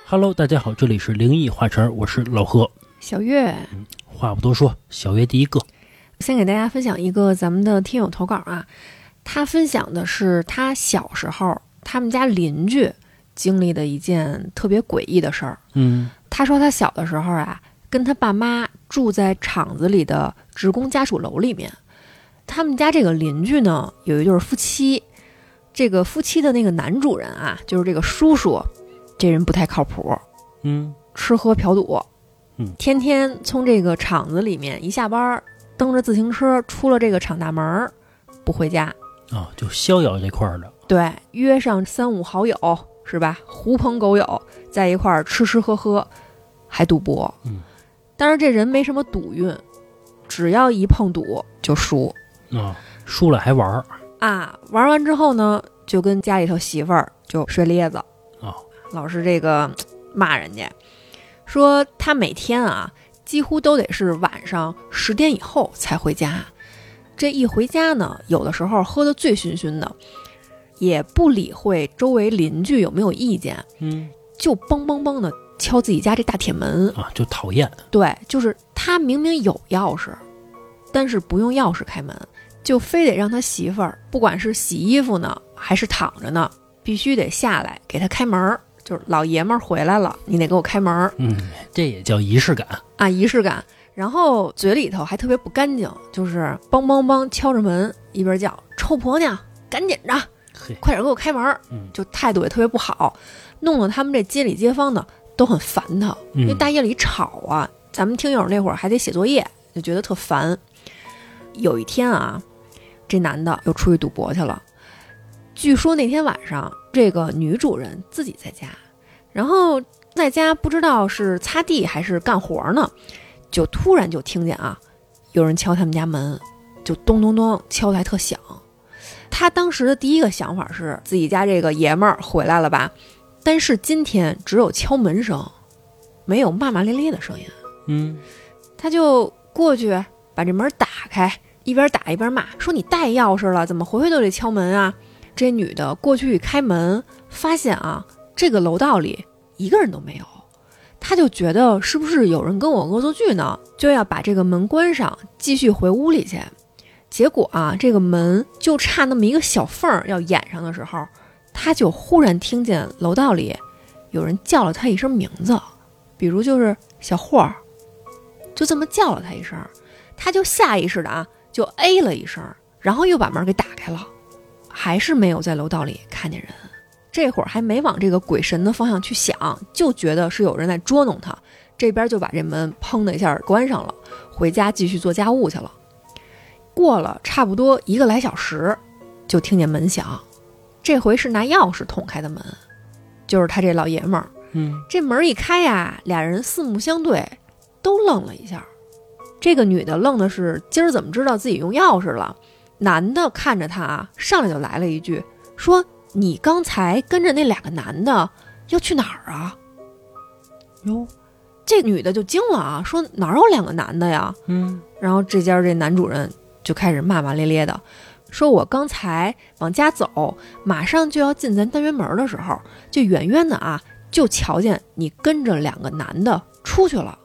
Hello， 大家好，这里是灵异话茬，我是老何。 小月， 话不多说，小月第一个。 先给大家分享一个咱们的听友投稿啊，他分享的是他小时候他们家邻居经历的一件特别诡异的事儿。他说他小的时候啊，跟他爸妈住在厂子里的职工家属楼里面。他们家这个邻居呢，有一对夫妻。这个夫妻的那个男主人啊，就是这个叔叔，这人不太靠谱，吃喝嫖赌，天天从这个厂子里面一下班，蹬着自行车出了这个厂大门，不回家啊，就逍遥这块的。 对，约上3-5好友是吧？狐朋狗友在一块儿吃吃喝喝，还赌博。但是这人没什么赌运，只要一碰赌就输啊，输了还玩啊，玩完之后呢，就跟家里头媳妇儿就睡咧子啊， 老是这个骂人家，说他每天啊几乎都得是晚上10点以后才回家。这一回家呢，有的时候喝得醉醺醺的，也不理会周围邻居有没有意见，就梆梆梆的敲自己家这大铁门啊，就讨厌。 对，就是他明明有钥匙，但是不用钥匙开门，就非得让他媳妇儿，不管是洗衣服呢还是躺着呢，必须得下来给他开门，就是老爷们儿回来了，你得给我开门。 这也叫仪式感啊，仪式感。然后嘴里头还特别不干净，就是梆梆梆敲着门，一边叫臭婆娘，赶紧着，快点给我开门，就态度也特别不好，弄得他们这街里街坊呢都很烦他，因为大夜里吵啊。咱们听友那会儿还得写作业，就觉得特烦。有一天啊，这男的又出去赌博去了。据说那天晚上，这个女主人自己在家，然后在家不知道是擦地还是干活呢，就突然就听见啊，有人敲他们家门，就咚咚咚敲得还特响。他当时的第一个想法是自己家这个爷们儿回来了吧，但是今天只有敲门声，没有骂骂咧咧的声音。他就过去把这门打开，一边打一边骂，说你带钥匙了，怎么回回都得敲门啊？这女的过去一开门，发现啊，这个楼道里一个人都没有，她就觉得是不是有人跟我恶作剧呢，就要把这个门关上，继续回屋里去。结果啊，这个门就差那么一个小缝要掩上的时候，她就忽然听见楼道里有人叫了她一声名字，比如就是小霍，就这么叫了她一声，她就下意识的啊，就哎了一声，然后又把门给打开了，还是没有在楼道里看见人。这会儿还没往这个鬼神的方向去想，就觉得是有人在捉弄他，这边就把这门砰的一下关上了，回家继续做家务去了。过了差不多1个来小时，就听见门响，这回是拿钥匙捅开的门，就是他这老爷们儿。这门一开呀，俩人四目相对，都愣了一下。这个女的愣的是今儿怎么知道自己用钥匙了，男的看着他啊，上来就来了一句，说你刚才跟着那2个男的要去哪儿啊？哟，这女的就惊了啊，说哪有2个男的呀？然后这家这男主人就开始骂骂咧咧的，说我刚才往家走，马上就要进咱单元门的时候，就远远的啊，就瞧见你跟着2个男的出去了。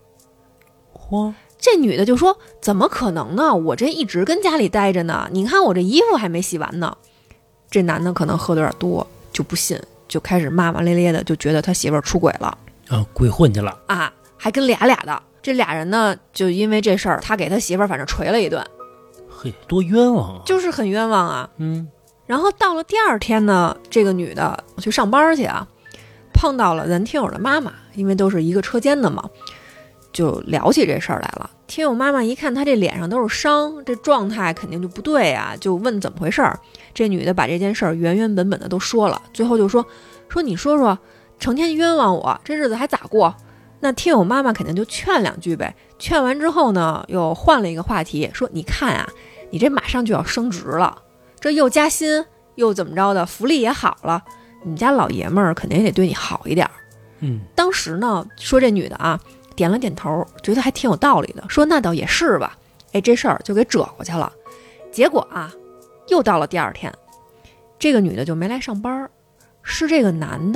这女的就说怎么可能呢，我这一直跟家里待着呢，你看我这衣服还没洗完呢。这男的可能喝的有点多，就不信，就开始骂骂咧咧的，就觉得他媳妇儿出轨了啊，鬼混去了啊，还跟俩的。这俩人呢，就因为这事儿，他给他媳妇儿反正捶了一顿。 嘿，多冤枉啊！ 就是很冤枉啊。然后到了第2天呢，这个女的去上班去啊，碰到了咱听友的妈妈，因为都是一个车间的嘛，就聊起这事儿来了。听友妈妈一看他这脸上都是伤，这状态肯定就不对啊，就问怎么回事儿。这女的把这件事儿原原本本的都说了，最后就说你说说，成天冤枉我，这日子还咋过？那听友妈妈肯定就劝2句呗。劝完之后呢，又换了一个话题，说你看啊，你这马上就要升职了，这又加薪又怎么着的，福利也好了，你们家老爷们儿肯定也得对你好一点。当时呢，说这女的啊点了点头，觉得还挺有道理的，说那倒也是吧。这事儿就给折过去了。结果啊，又到了第2天，这个女的就没来上班，是这个男的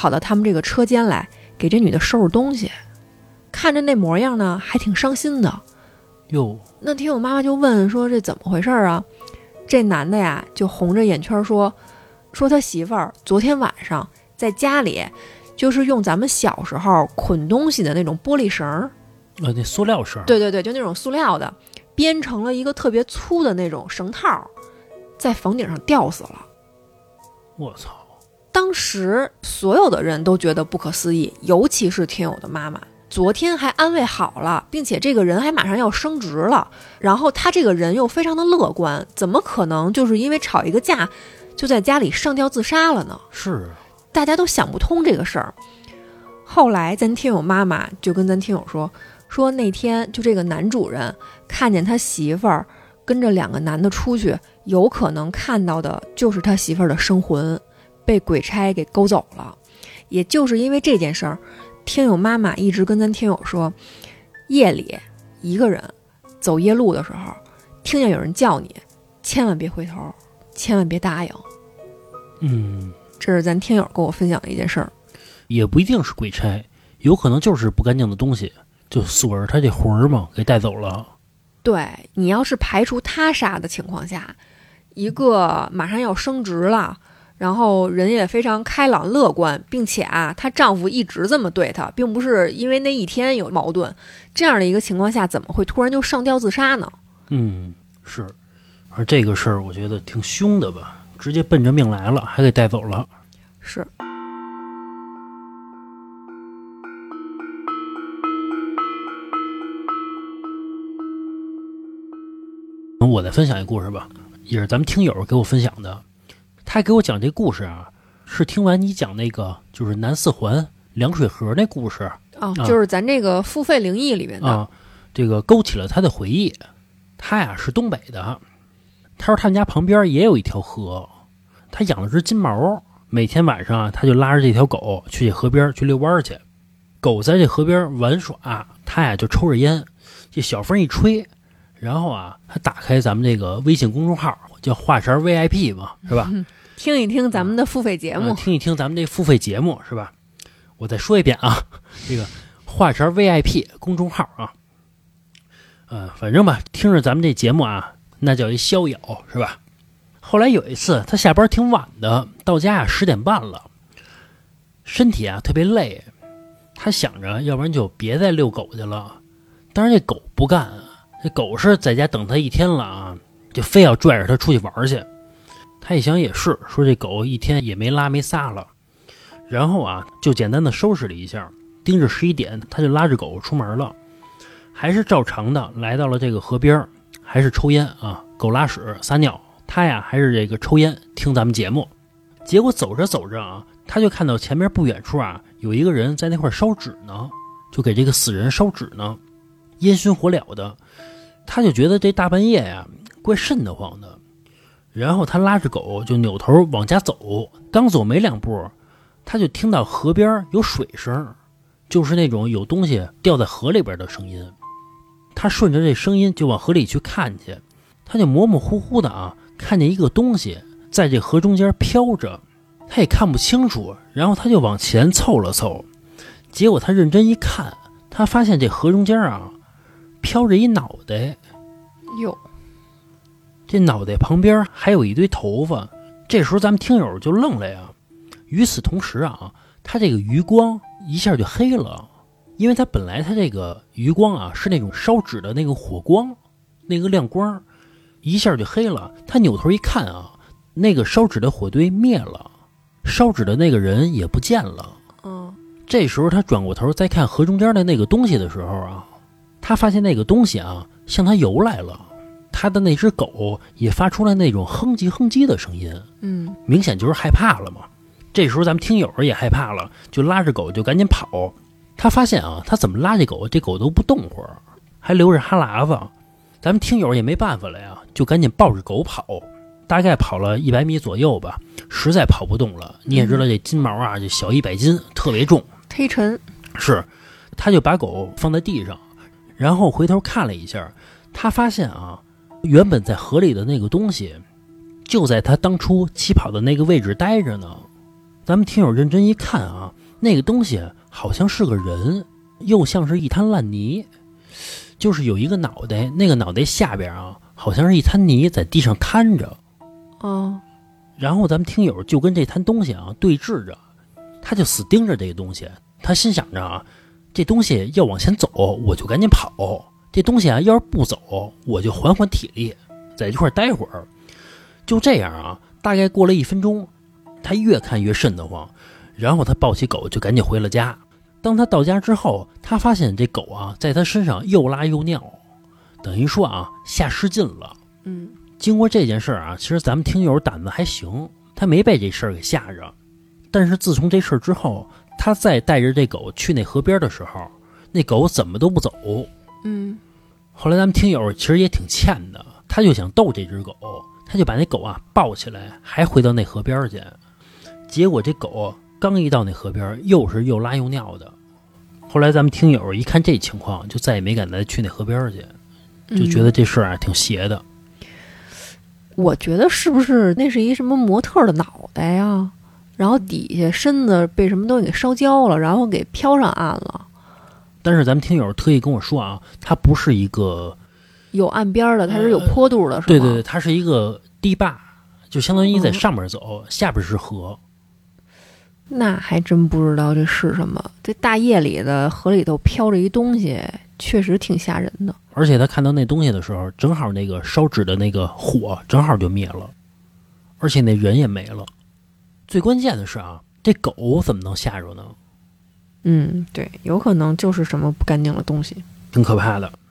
跑到他们这个车间来，给这女的收拾东西，看着那模样呢，还挺伤心的。 哟， 那听我妈妈就问说这怎么回事啊？这男的呀就红着眼圈说他媳妇儿昨天晚上在家里就是用咱们小时候捆东西的那种玻璃绳， 那塑料绳， 对对对，就那种塑料的，编成了一个特别粗的那种绳套，在房顶上吊死了。 我操！ 当时所有的人都觉得不可思议，尤其是听友的妈妈。昨天还安慰好了，并且这个人还马上要升职了，然后他这个人又非常的乐观，怎么可能就是因为吵一个架就在家里上吊自杀了呢？ 是， 大家都想不通这个事儿。后来咱听友妈妈就跟咱听友说那天就这个男主人看见他媳妇儿跟着2个男的出去，有可能看到的就是他媳妇儿的生魂被鬼差给勾走了。也就是因为这件事儿，听友妈妈一直跟咱听友说，夜里一个人走夜路的时候，听见有人叫你，千万别回头，千万别答应。这是咱听友跟我分享的一件事儿。 也不一定是鬼差，有可能就是不干净的东西，就锁着他这魂嘛，给带走了。 对，你要是排除他杀的情况下，一个马上要升职了，然后人也非常开朗乐观，并且她丈夫一直这么对她，并不是因为那一天有矛盾，这样的一个情况下，怎么会突然就上吊自杀呢？ 是，而这个事儿我觉得挺凶的吧，直接奔着命来了，还给带走了。 是。 我再分享一故事吧，也是咱们听友给我分享的。他给我讲这故事啊，是听完你讲那个就是南四环凉水河那故事就是咱这个付费灵异里面的这个勾起了他的回忆。他呀是东北的，他说他们家旁边也有一条河，他养了只金毛，每天晚上他就拉着这条狗去这河边去遛弯去。狗在这河边玩耍，他呀就抽着烟，这小风一吹，然后他打开咱们这个微信公众号，叫话茬 VIP 嘛，是吧？ 听一听咱们的付费节目， 听一听咱们这付费节目，是吧？我再说一遍啊，这个话茬 VIP 公众号反正吧，听着咱们这节目那叫一逍遥，是吧？后来有一次，他下班挺晚的，到家10点半了，身体特别累，他想着要不然就别再遛狗去了，但是这狗不干。这狗是在家等他一天了就非要拽着他出去玩去。他一想也是，说这狗一天也没拉没撒了，然后就简单的收拾了一下，盯着11点，他就拉着狗出门了，还是照常的来到了这个河边，还是抽烟狗拉屎撒尿，他还是这个抽烟听咱们节目。结果走着走着他就看到前面不远处有一个人在那块烧纸呢，就给这个死人烧纸呢，烟熏火燎的。他就觉得这大半夜怪瘆得慌的，然后他拉着狗就扭头往家走，刚走没2步，他就听到河边有水声，就是那种有东西掉在河里边的声音。他顺着这声音就往河里去看去，他就模模糊糊的看见一个东西在这河中间飘着，他也看不清楚，然后他就往前凑了凑，结果他认真一看，他发现这河中间飘着一脑袋。 哟， 这脑袋旁边还有一堆头发。这时候咱们听友就愣了呀。与此同时他这个余光一下就黑了，因为他本来他这个余光是那种烧纸的那个火光，那个亮光，一下就黑了。他扭头一看那个烧纸的火堆灭了，烧纸的那个人也不见了。这时候他转过头再看河中间的那个东西的时候他发现那个东西向他游来了，他的那只狗也发出了那种哼唧哼唧的声音，明显就是害怕了嘛。这时候咱们听友也害怕了，就拉着狗就赶紧跑。他发现他怎么拉这狗都不动会儿，还流着哈喇子。咱们听友也没办法了呀，就赶紧抱着狗跑，大概跑了100米左右吧，实在跑不动了。你也知道这金毛这小100斤，特别重， 忒沉。 是，他就把狗放在地上，然后回头看了一下，他发现原本在河里的那个东西就在他当初起跑的那个位置待着呢。 咱们听友认真一看啊，那个东西好像是个人，又像是一滩烂泥，就是有一个脑袋，那个脑袋下边啊，好像是一滩泥在地上摊着。然后咱们听友就跟这滩东西啊对峙着，他就死盯着这个东西，他心想着啊，这东西要往前走，我就赶紧跑；这东西啊要是不走，我就缓缓体力，在这块待会儿。就这样啊，大概过了1分钟，他越看越瘆得慌，然后他抱起狗就赶紧回了家。当他到家之后，他发现这狗啊在他身上又拉又尿，等于说啊下失禁了。经过这件事啊，其实咱们听友胆子还行，他没被这事儿给吓着。但是自从这事儿之后，他再带着这狗去那河边的时候，那狗怎么都不走。后来咱们听友其实也挺欠的，他就想逗这只狗，他就把那狗啊抱起来，还回到那河边去。结果这狗刚一到那河边，又是又拉又尿的。后来咱们听友一看这情况，就再也没敢再去那河边去，就觉得这事儿啊挺邪的。 我觉得是不是那是一什么模特的脑袋呀？然后底下身子被什么东西给烧焦了，然后给飘上岸了。 但是咱们听友特意跟我说啊，它不是一个有岸边的，它是有坡度的，是吗？ 对对对，它是一个堤坝，就相当于在上面走，下边是河。 那还真不知道这是什么。这大夜里的河里头飘着一东西，确实挺吓人的。 而且他看到那东西的时候，正好那个烧纸的那个火正好就灭了，而且那人也没了。最关键的是啊，这狗怎么能吓着呢？ 对，有可能就是什么不干净的东西， 挺可怕的。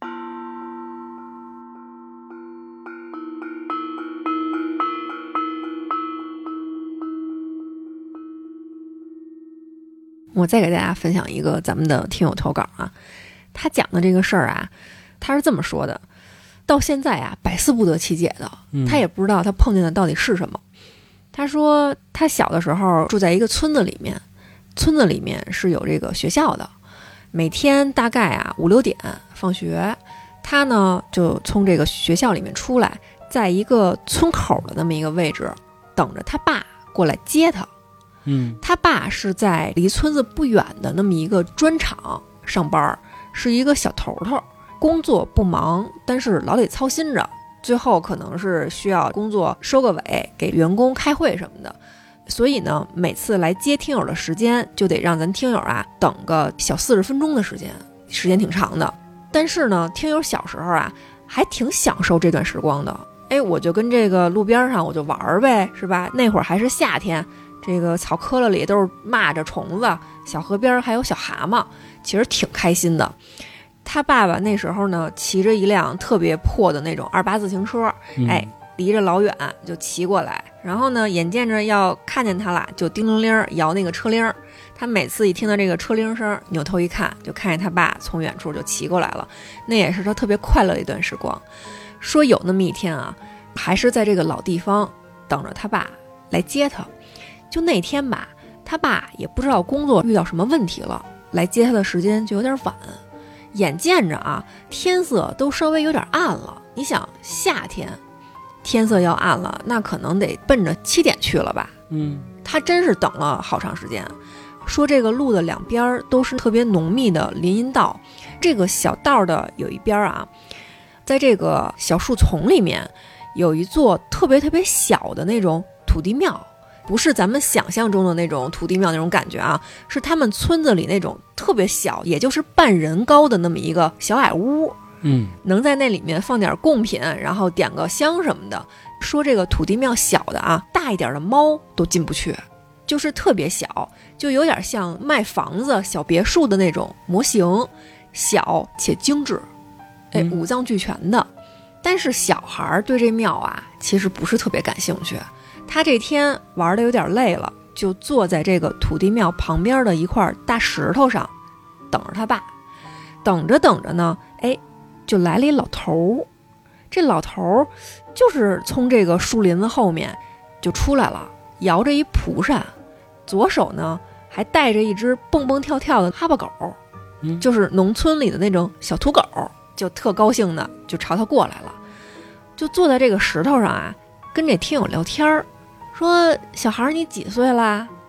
我再给大家分享一个咱们的听友投稿啊，他讲的这个事儿啊，他是这么说的：到现在啊，百思不得其解的，他也不知道他碰见的到底是什么。他说他小的时候住在一个村子里面，村子里面是有这个学校的，每天大概啊5、6点放学，他呢就从这个学校里面出来，在一个村口的那么一个位置等着他爸过来接他。他爸是在离村子不远的那么一个砖厂上班，是一个小头头，工作不忙，但是老得操心着，最后可能是需要工作收个尾，给员工开会什么的。所以呢，每次来接听友的时间就得让咱听友啊等个小40分钟的时间，时间挺长的。但是呢，听友小时候啊还挺享受这段时光的。我就跟这个路边上我就玩呗，是吧？那会儿还是夏天，这个草窠窕里都是蚂蚱虫子，小河边还有小蛤蟆，其实挺开心的。他爸爸那时候呢骑着一辆特别破的那种28自行车，离着老远就骑过来，然后呢眼见着要看见他了，就叮铃铃摇那个车铃。他每次一听到这个车铃声，扭头一看，就看见他爸从远处就骑过来了，那也是他特别快乐的一段时光。说有那么一天啊，还是在这个老地方等着他爸来接他。就那天吧，他爸也不知道工作遇到什么问题了，来接他的时间就有点晚。眼见着啊，天色都稍微有点暗了。你想，夏天天色要暗了，那可能得奔着7点去了吧。他真是等了好长时间。说这个路的两边都是特别浓密的林荫道，这个小道的有一边啊，在这个小树丛里面有一座特别特别小的那种土地庙，不是咱们想象中的那种土地庙那种感觉啊，是他们村子里那种特别小，也就是半人高的那么一个小矮屋。能在那里面放点贡品，然后点个香什么的。说这个土地庙小的啊，大一点的猫都进不去，就是特别小，就有点像卖房子小别墅的那种模型，小且精致，五脏俱全的。但是小孩对这庙啊其实不是特别感兴趣，他这天玩的有点累了，就坐在这个土地庙旁边的一块大石头上等着他爸。等着等着呢，就来了一老头。这老头就是从这个树林子后面就出来了，摇着一蒲扇，左手呢还带着一只蹦蹦跳跳的哈巴狗，就是农村里的那种小土狗，就特高兴的就朝他过来了，就坐在这个石头上啊，跟这听友聊天，说小孩你几岁啦？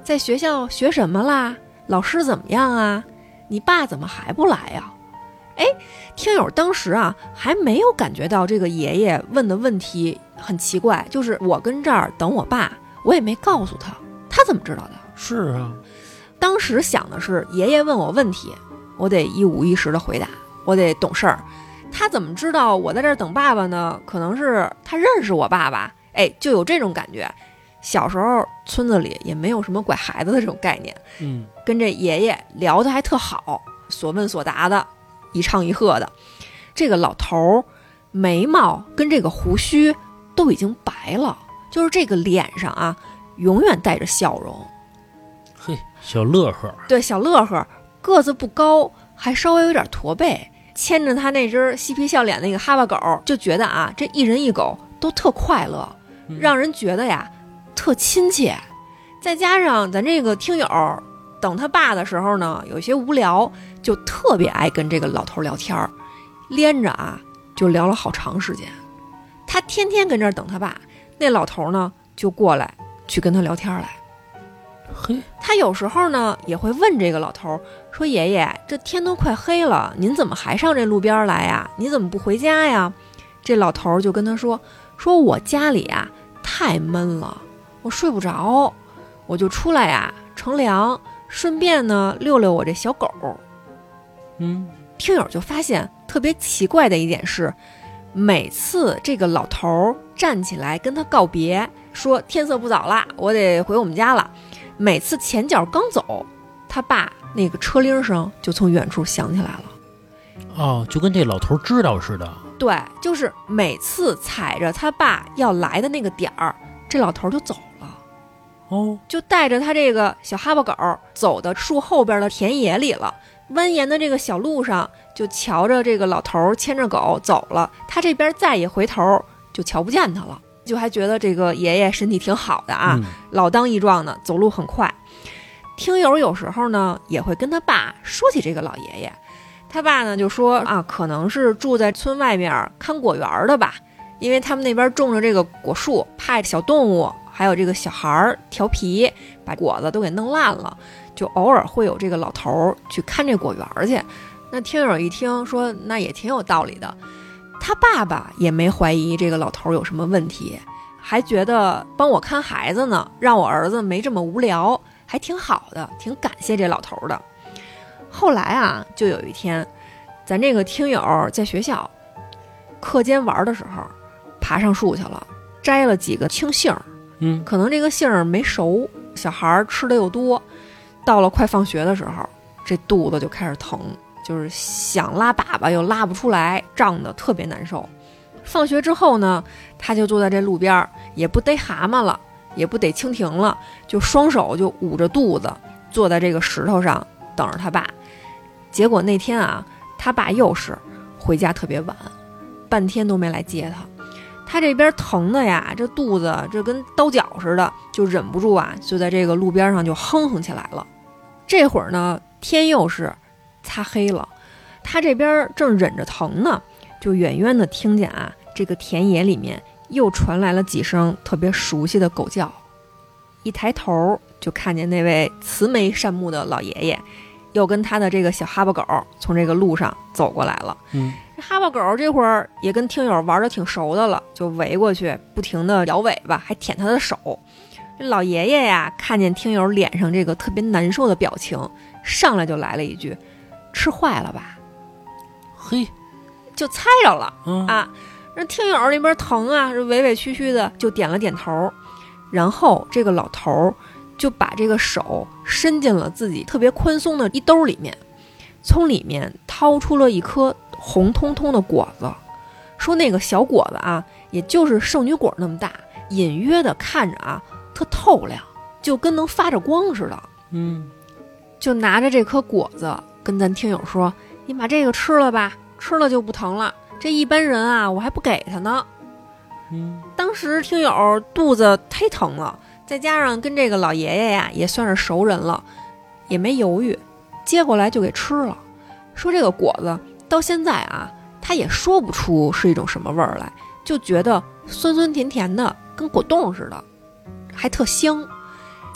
在学校学什么啦？老师怎么样啊？你爸怎么还不来呀？听友当时啊还没有感觉到这个爷爷问的问题很奇怪，就是我跟这儿等我爸，我也没告诉他，他怎么知道的？ 是啊， 当时想的是爷爷问我问题，我得一五一十的回答，我得懂事儿。他怎么知道我在这儿等爸爸呢？可能是他认识我爸爸，就有这种感觉。小时候村子里也没有什么拐孩子的这种概念，跟这爷爷聊得还特好，所问所答的，一唱一和的。这个老头眉毛跟这个胡须都已经白了，就是这个脸上啊永远带着笑容。 嘿，小乐呵。对， 小乐呵，个子不高，还稍微有点驼背，牵着他那只嬉皮笑脸那个哈巴狗，就觉得啊这一人一狗都特快乐，让人觉得呀特亲切。再加上咱这个听友等他爸的时候呢，有些无聊，就特别爱跟这个老头聊天，连着啊就聊了好长时间。他天天跟这儿等他爸，那老头呢就过来去跟他聊天来。 嘿， 他有时候呢也会问这个老头说：“爷爷，这天都快黑了，您怎么还上这路边来呀？你怎么不回家呀？”这老头就跟他说：“我家里啊太闷了，我睡不着，我就出来呀乘凉，顺便呢遛遛我这小狗。”听友就发现特别奇怪的一点是，每次这个老头站起来跟他告别，说天色不早了，我得回我们家了，每次前脚刚走，他爸那个车铃声就从远处响起来了。 就跟这老头知道似的。 对，就是每次踩着他爸要来的那个点儿，这老头就走了。就带着他这个小哈巴狗走到树后边的田野里了。蜿蜒的这个小路上，就瞧着这个老头牵着狗走了，他这边再一回头就瞧不见他了，就还觉得这个爷爷身体挺好的啊，老当益壮的，走路很快。听友有时候呢也会跟他爸说起这个老爷爷，他爸呢就说啊，可能是住在村外面看果园的吧，因为他们那边种着这个果树，怕小动物还有这个小孩调皮把果子都给弄烂了，就偶尔会有这个老头去看这果园去。那听友一听说那也挺有道理的，他爸爸也没怀疑这个老头有什么问题，还觉得帮我看孩子呢，让我儿子没这么无聊，还挺好的，挺感谢这老头的。后来啊，就有一天咱这个听友在学校课间玩的时候爬上树去了，摘了几个青杏儿，可能这个杏儿没熟，小孩吃的又多，到了快放学的时候，这肚子就开始疼，就是想拉粑粑又拉不出来，胀得特别难受。放学之后呢，他就坐在这路边，也不逮蛤蟆了，也不逮蜻蜓了，就双手就捂着肚子，坐在这个石头上等着他爸。结果那天啊，他爸又是回家特别晚，半天都没来接他。他这边疼的呀，这肚子这跟刀绞似的，就忍不住啊，就在这个路边上就哼哼起来了。这会儿呢，天又是擦黑了，他这边正忍着疼呢，就远远的听见啊，这个田野里面又传来了几声特别熟悉的狗叫。一抬头就看见那位慈眉善目的老爷爷，又跟他的这个小哈巴狗从这个路上走过来了。哈巴狗这会儿也跟听友玩的挺熟的了，就围过去不停的摇尾巴，还舔他的手。这老爷爷呀，看见听友脸上这个特别难受的表情，上来就来了一句：“吃坏了吧？” 嘿， 就猜着了啊！那听友那边疼啊，是委委屈屈的就点了点头。然后这个老头就把这个手伸进了自己特别宽松的衣兜里面，从里面掏出了一颗红彤彤的果子，说那个小果子啊，也就是圣女果那么大，隐约的看着啊特透亮，就跟能发着光似的。就拿着这颗果子跟咱听友说：“你把这个吃了吧，吃了就不疼了，这一般人啊我还不给他呢。”当时听友肚子忒疼了，再加上跟这个老爷爷呀也算是熟人了，也没犹豫，接过来就给吃了。说这个果子到现在啊，他也说不出是一种什么味儿来，就觉得酸酸甜甜的，跟果冻似的，还特香。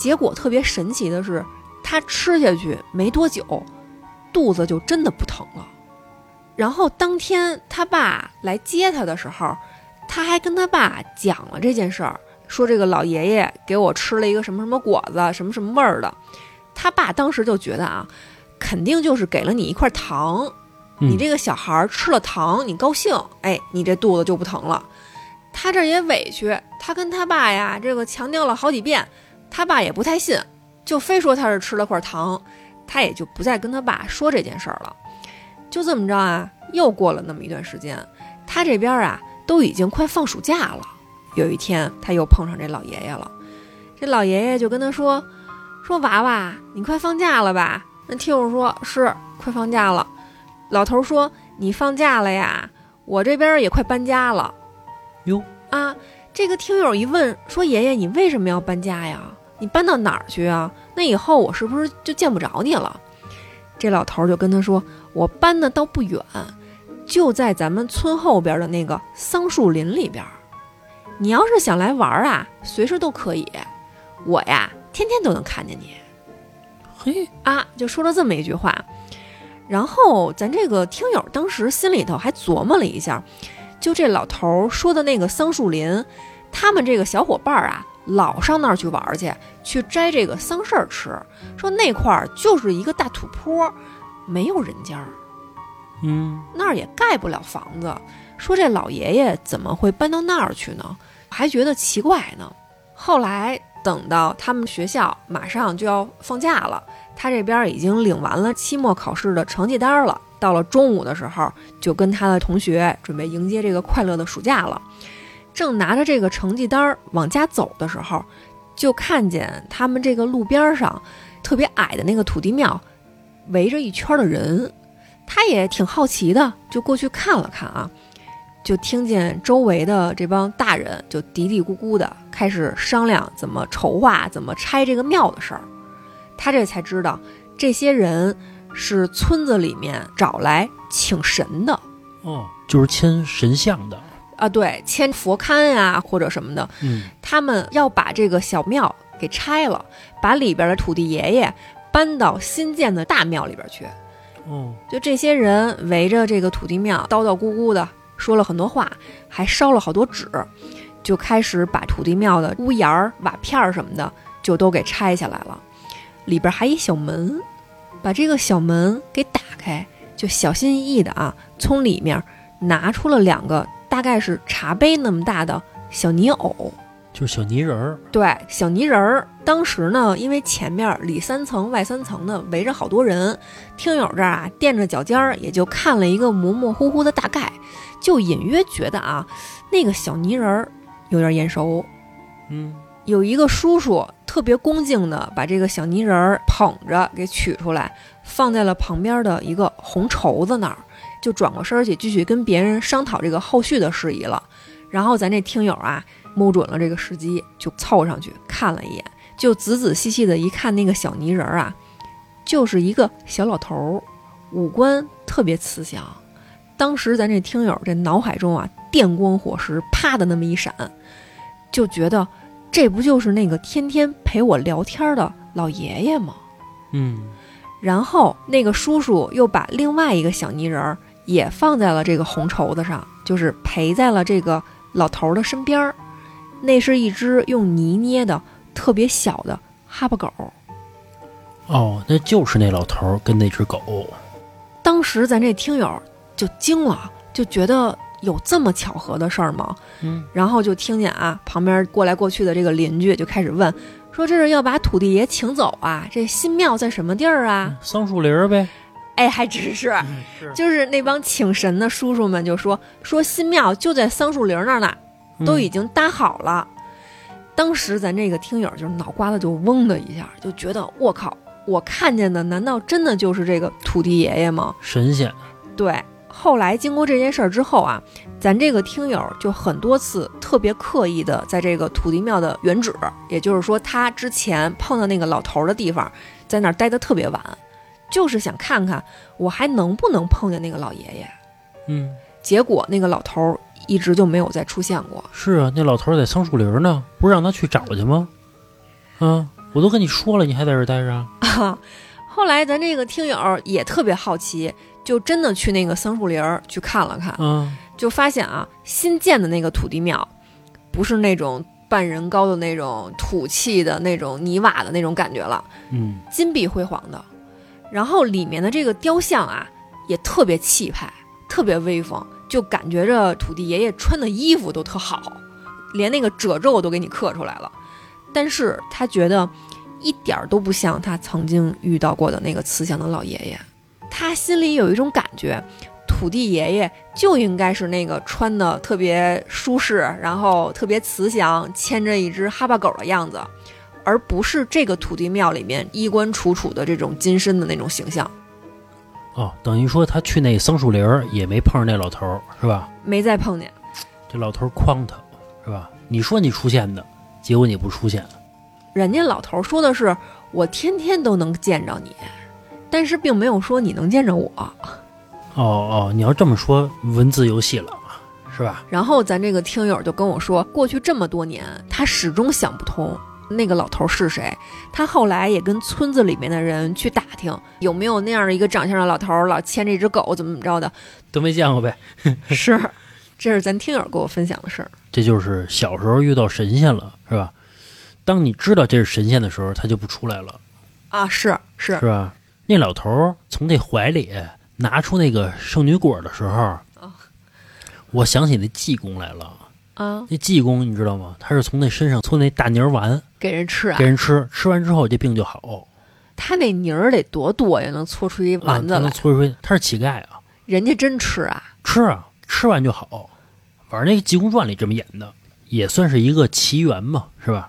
结果特别神奇的是，他吃下去没多久，肚子就真的不疼了。然后当天他爸来接他的时候，他还跟他爸讲了这件事儿，说这个老爷爷给我吃了一个什么什么果子，什么什么味儿的。他爸当时就觉得啊，肯定就是给了你一块糖，你这个小孩吃了糖，你高兴，哎，你这肚子就不疼了。他这也委屈，他跟他爸呀这个强调了好几遍，他爸也不太信，就非说他是吃了块糖，他也就不再跟他爸说这件事儿了。就这么着啊，又过了那么一段时间，他这边啊都已经快放暑假了。有一天他又碰上这老爷爷了，这老爷爷就跟他说娃娃，你快放假了吧？那听友说是快放假了。老头说你放假了呀，我这边也快搬家了。 哟啊，这个听友一问说爷爷你为什么要搬家呀？你搬到哪儿去啊？那以后我是不是就见不着你了？这老头就跟他说，我搬的倒不远，就在咱们村后边的那个桑树林里边，你要是想来玩啊，随时都可以，我呀天天都能看见你。 嘿啊，就说了这么一句话。然后咱这个听友当时心里头还琢磨了一下，就这老头说的那个桑树林，他们这个小伙伴啊老上那儿去玩去摘这个桑葚吃，说那块儿就是一个大土坡，没有人家，那儿也盖不了房子，说这老爷爷怎么会搬到那儿去呢？还觉得奇怪呢。后来等到他们学校马上就要放假了，他这边已经领完了期末考试的成绩单了，到了中午的时候就跟他的同学准备迎接这个快乐的暑假了。正拿着这个成绩单往家走的时候，就看见他们这个路边上特别矮的那个土地庙围着一圈的人，他也挺好奇的，就过去看了看啊，就听见周围的这帮大人就嘀嘀咕咕的开始商量怎么筹划怎么拆这个庙的事儿。他这才知道这些人是村子里面找来请神的， 就是牵神像的啊，对，牵佛龛呀或者什么的，他们要把这个小庙给拆了，把里边的土地爷爷搬到新建的大庙里边去。就这些人围着这个土地庙叨叨咕咕的说了很多话，还烧了好多纸，就开始把土地庙的屋檐瓦片什么的就都给拆下来了。里边还一小门，把这个小门给打开，就小心翼翼的啊，从里面拿出了2个大概是茶杯那么大的小泥偶， 就是小泥人儿。 对，小泥人儿。当时呢，因为前面里3层外3层的围着好多人，听友这儿啊垫着脚尖儿，也就看了一个模模糊糊的大概，就隐约觉得啊，那个小泥人儿有点眼熟。有一个叔叔特别恭敬的把这个小泥人儿捧着给取出来，放在了旁边的一个红绸子那儿，就转过身去继续跟别人商讨这个后续的事宜了。然后咱这听友啊摸准了这个时机，就凑上去看了一眼，就仔仔细细的一看那个小泥人啊，就是一个小老头，五官特别慈祥。当时咱这听友这脑海中啊电光火石啪的那么一闪，就觉得这不就是那个天天陪我聊天的老爷爷吗？然后那个叔叔又把另外一个小泥人也放在了这个红绸子上，就是陪在了这个老头的身边。那是一只用泥捏的特别小的哈巴狗。 那就是那老头跟那只狗。 当时咱这听友就惊了，就觉得有这么巧合的事儿吗？然后就听见啊，旁边过来过去的这个邻居就开始问，说这是要把土地爷请走啊？这新庙在什么地儿啊？ 桑树林呗。 哎，还真是，就是那帮请神的叔叔们就说新庙就在桑树林那儿呢，都已经搭好了。当时咱这个听友就是脑瓜子就嗡的一下，就觉得我靠，我看见的难道真的就是这个土地爷爷吗？ 神仙。 对。后来经过这件事儿之后啊，咱这个听友就很多次特别刻意的在这个土地庙的原址，也就是说他之前碰到那个老头的地方，在那儿待得特别晚，就是想看看我还能不能碰见那个老爷爷。结果那个老头一直就没有再出现过。 是啊，那老头在桑树林呢，不是让他去找去吗？ 我都跟你说了，你还在这儿待着啊？后来咱这个听友也特别好奇，就真的去那个桑树林去看了看，就发现啊，新建的那个土地庙不是那种半人高的那种土砌的那种泥瓦的那种感觉了，金碧辉煌的，然后里面的这个雕像啊也特别气派，特别威风，就感觉着土地爷爷穿的衣服都特好，连那个褶皱都给你刻出来了。但是他觉得一点都不像他曾经遇到过的那个慈祥的老爷爷，他心里有一种感觉，土地爷爷就应该是那个穿的特别舒适，然后特别慈祥，牵着一只哈巴狗的样子，而不是这个土地庙里面衣冠楚楚的这种金身的那种形象。 等于说他去那桑树林也没碰上那老头，是吧？ 没再碰见。 这老头诓他，是吧？你说你出现的，结果你不出现。 人家老头说的是我天天都能见着你，但是并没有说你能见着我。 你要这么说，文字游戏了，是吧？ 然后咱这个听友就跟我说，过去这么多年，他始终想不通那个老头是谁。他后来也跟村子里面的人去打听，有没有那样的一个长相的老头，老牵着一只狗，怎么着的， 都没见过呗。 是，这是咱听友给我分享的事儿。 这就是小时候遇到神仙了，是吧？当你知道这是神仙的时候，他就不出来了啊！是吧？那老头从这怀里拿出那个圣女果的时候，我想起那济公来了啊！那济公你知道吗？他是从那身上搓那大泥丸给人吃啊， 给人吃，吃完之后这病就好。 他那泥儿得多多呀，能搓出一丸子来。 能搓出，他是乞丐啊！ 人家真吃啊？ 吃啊，吃完就好。反正那个济公传里这么演的，也算是一个奇缘嘛，是吧？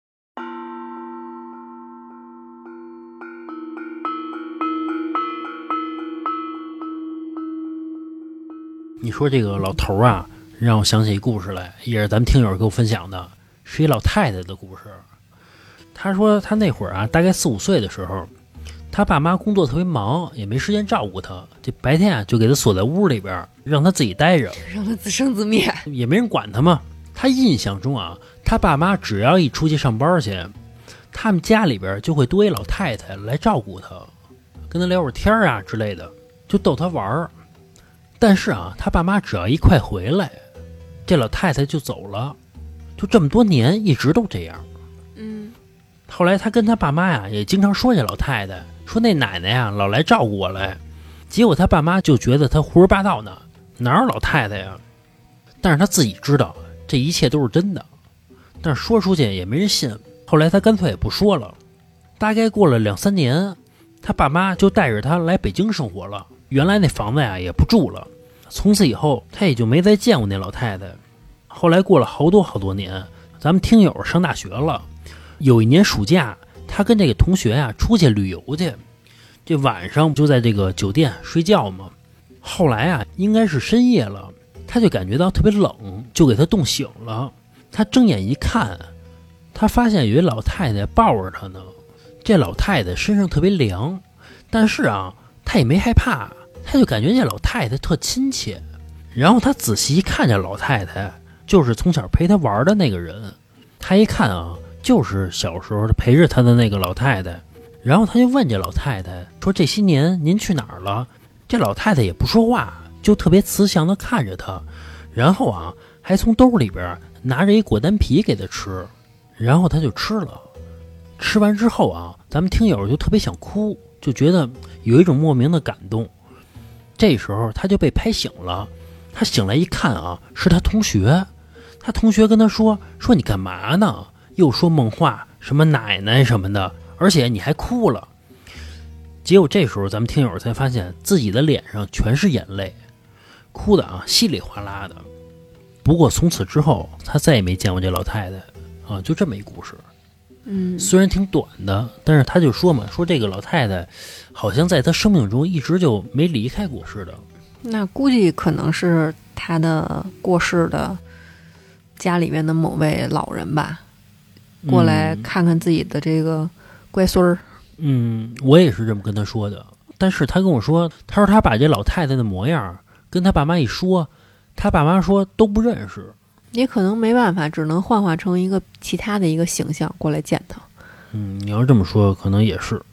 你说这个老头啊，让我想起一故事来，也是咱们听友给我分享的，是一老太太的故事。他说他那会儿啊，大概4、5岁的时候，他爸妈工作特别忙，也没时间照顾他，这白天啊就给他锁在屋里边，让他自己待着， 让他自生自灭， 也没人管他嘛。他印象中啊，他爸妈只要一出去上班去，他们家里边就会多一老太太来照顾他，跟他聊会儿天啊之类的，就逗他玩儿。但是啊，他爸妈只要一快回来，这老太太就走了，就这么多年一直都这样。后来他跟他爸妈呀也经常说这老太太，说那奶奶呀老来照顾我来，结果他爸妈就觉得他胡说八道呢，哪有老太太呀？但是他自己知道这一切都是真的，但是说出去也没人信。后来他干脆也不说了。大概过了2、3年，他爸妈就带着他来北京生活了，原来那房子呀也不住了。从此以后他也就没再见过那老太太。后来过了好多年，咱们听友上大学了，有一年暑假，他跟这个同学呀出去旅游去，这晚上就在这个酒店睡觉嘛。后来啊应该是深夜了，他就感觉到特别冷，就给他冻醒了。他睁眼一看，他发现有一老太太抱着他呢。这老太太身上特别凉，但是啊他也没害怕，他就感觉这老太太特亲切。然后他仔细一看，这老太太就是从小陪他玩的那个人。他一看啊，就是小时候陪着他的那个老太太。然后他就问这老太太说，这些年您去哪儿了？这老太太也不说话，就特别慈祥地看着他，然后啊还从兜里边拿着一果丹皮给他吃。然后他就吃了，吃完之后啊，咱们听友就特别想哭，就觉得有一种莫名的感动。这时候他就被拍醒了，他醒来一看啊，是他同学。他同学跟他说你干嘛呢？又说梦话，什么奶奶什么的，而且你还哭了。结果这时候咱们听友才发现自己的脸上全是眼泪，哭的啊稀里哗啦的。不过从此之后他再也没见过这老太太啊，就这么一故事。虽然挺短的，但是他就说嘛，说这个老太太好像在他生命中一直就没离开过似的。 那估计可能是他的过世的家里面的某位老人吧，过来看看自己的这个乖孙儿。 我也是这么跟他说的。但是他跟我说，他说他把这老太太的模样跟他爸妈一说，他爸妈说都不认识。 也可能没办法，只能幻化成一个其他的一个形象过来见他。 你要这么说，可能也是。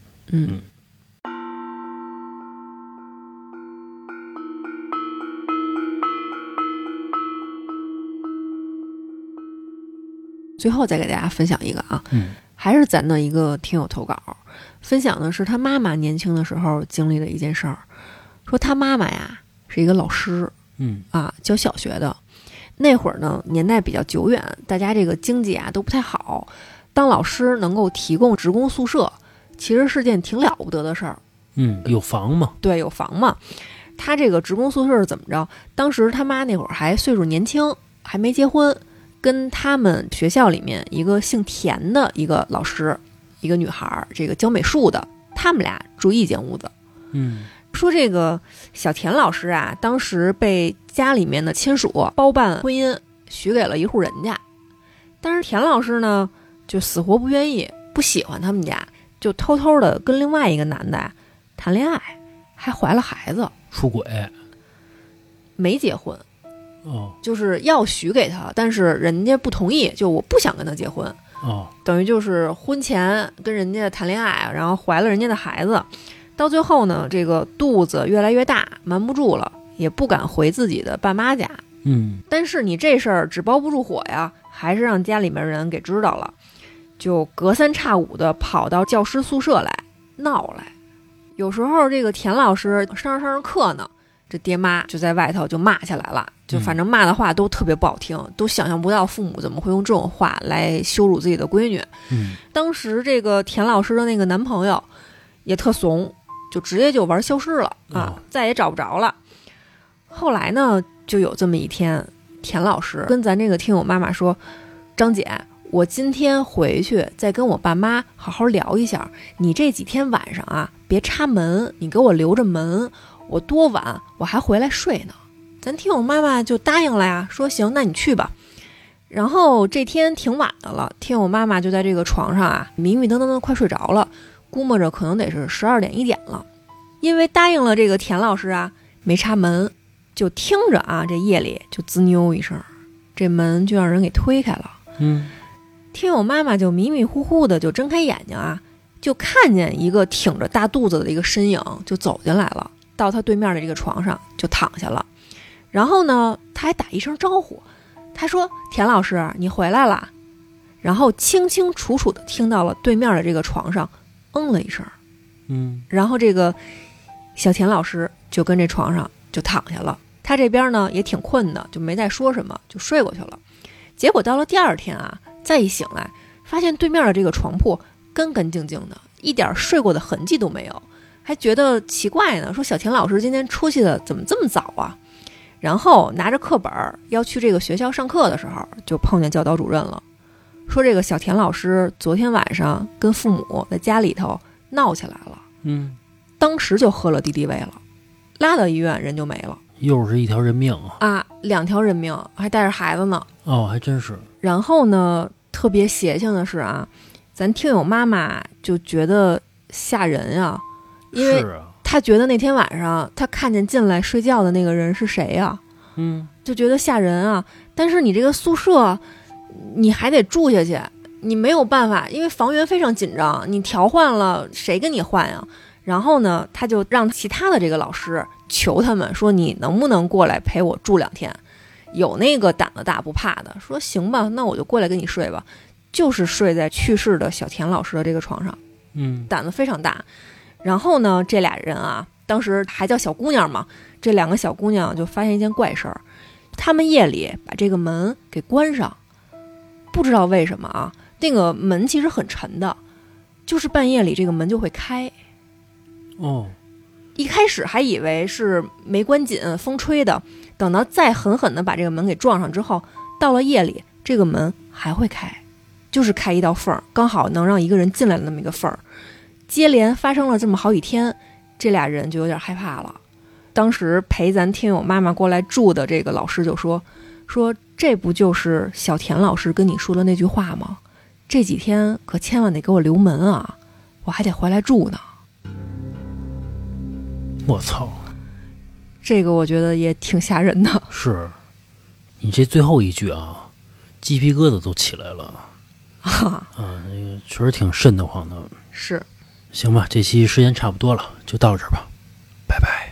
最后再给大家分享一个啊，还是咱的一个听友投稿，分享的是他妈妈年轻的时候经历的一件事儿。说他妈妈呀是一个老师，教小学的。那会儿呢，年代比较久远，大家这个经济啊都不太好，当老师能够提供职工宿舍，其实是件挺了不得的事儿。 有房嘛？ 对，有房嘛。他这个职工宿舍是怎么着？当时他妈那会儿还岁数年轻，还没结婚。跟他们学校里面一个姓田的一个老师，一个女孩，这个教美术的，他们俩住一间屋子。说这个小田老师啊，当时被家里面的亲属包办婚姻，许给了一户人家。但是田老师呢，就死活不愿意，不喜欢他们家，就偷偷的跟另外一个男的谈恋爱，还怀了孩子， 出轨， 没结婚。就是要许给他，但是人家不同意，就我不想跟他结婚。等于就是婚前跟人家谈恋爱，然后怀了人家的孩子，到最后呢，这个肚子越来越大，瞒不住了，也不敢回自己的爸妈家。但是你这事儿纸包不住火呀，还是让家里面人给知道了，就隔三差五的跑到教师宿舍来闹来。有时候这个田老师上着课呢，这爹妈就在外头就骂起来了，就反正骂的话都特别不好听，都想象不到父母怎么会用这种话来羞辱自己的闺女。当时这个田老师的那个男朋友也特怂，就直接就玩消失了再也找不着了。后来呢，就有这么一天，田老师跟咱这个听友妈妈说，张姐，我今天回去再跟我爸妈好好聊一下，你这几天晚上啊别插门，你给我留着门，我多晚我还回来睡呢。咱听友妈妈就答应了呀，说行，那你去吧。然后这天挺晚的了，听友妈妈就在这个床上啊迷迷瞪瞪的快睡着了，估摸着可能得是12点1点了。因为答应了这个田老师啊，没插门，就听着啊这夜里就滋妞一声，这门就让人给推开了。听友妈妈就迷迷糊糊的就睁开眼睛啊，就看见一个挺着大肚子的一个身影就走进来了，到他对面的这个床上就躺下了。然后呢，他还打一声招呼，他说：“田老师，你回来了。”然后清清楚楚的听到了对面的这个床上了一声，然后这个小田老师就跟这床上就躺下了。他这边呢也挺困的，就没再说什么，就睡过去了。结果到了第二天啊，再一醒来，发现对面的这个床铺干干净净的，一点睡过的痕迹都没有，还觉得奇怪呢，说小田老师今天出去的怎么这么早啊？然后拿着课本要去这个学校上课的时候，就碰见教导主任了，说这个小田老师昨天晚上跟父母在家里头闹起来了，当时就喝了敌敌畏了，拉到医院人就没了， 又是一条人命啊，2条人命，还带着孩子呢。 还真是。 然后呢，特别邪性的是啊，咱听友妈妈就觉得吓人啊，因为他觉得那天晚上他看见进来睡觉的那个人是谁呀？就觉得吓人啊。但是你这个宿舍你还得住下去，你没有办法，因为房源非常紧张，你调换了谁跟你换呀？然后呢，他就让其他的这个老师求他们说，你能不能过来陪我住2天？有那个胆子大不怕的说行吧，那我就过来跟你睡吧。就是睡在去世的小田老师的这个床上，胆子非常大。然后呢，这俩人啊，当时还叫小姑娘嘛，这2个小姑娘就发现一件怪事儿，他们夜里把这个门给关上，不知道为什么啊，那个门其实很沉的，就是半夜里这个门就会开。一开始还以为是没关紧，风吹的，等到再狠狠的把这个门给撞上之后，到了夜里这个门还会开，就是开一道缝，刚好能让一个人进来的那么一个缝。接连发生了这么好几天，这俩人就有点害怕了。当时陪咱听友妈妈过来住的这个老师就说这不就是小田老师跟你说的那句话吗？这几天可千万得给我留门啊，我还得回来住呢。 我操， 这个我觉得也挺吓人的。 是，你这最后一句啊，鸡皮疙瘩都起来了。 那个确实挺瘆得慌的。 是， 行吧，这期时间差不多了，就到这儿吧，拜拜。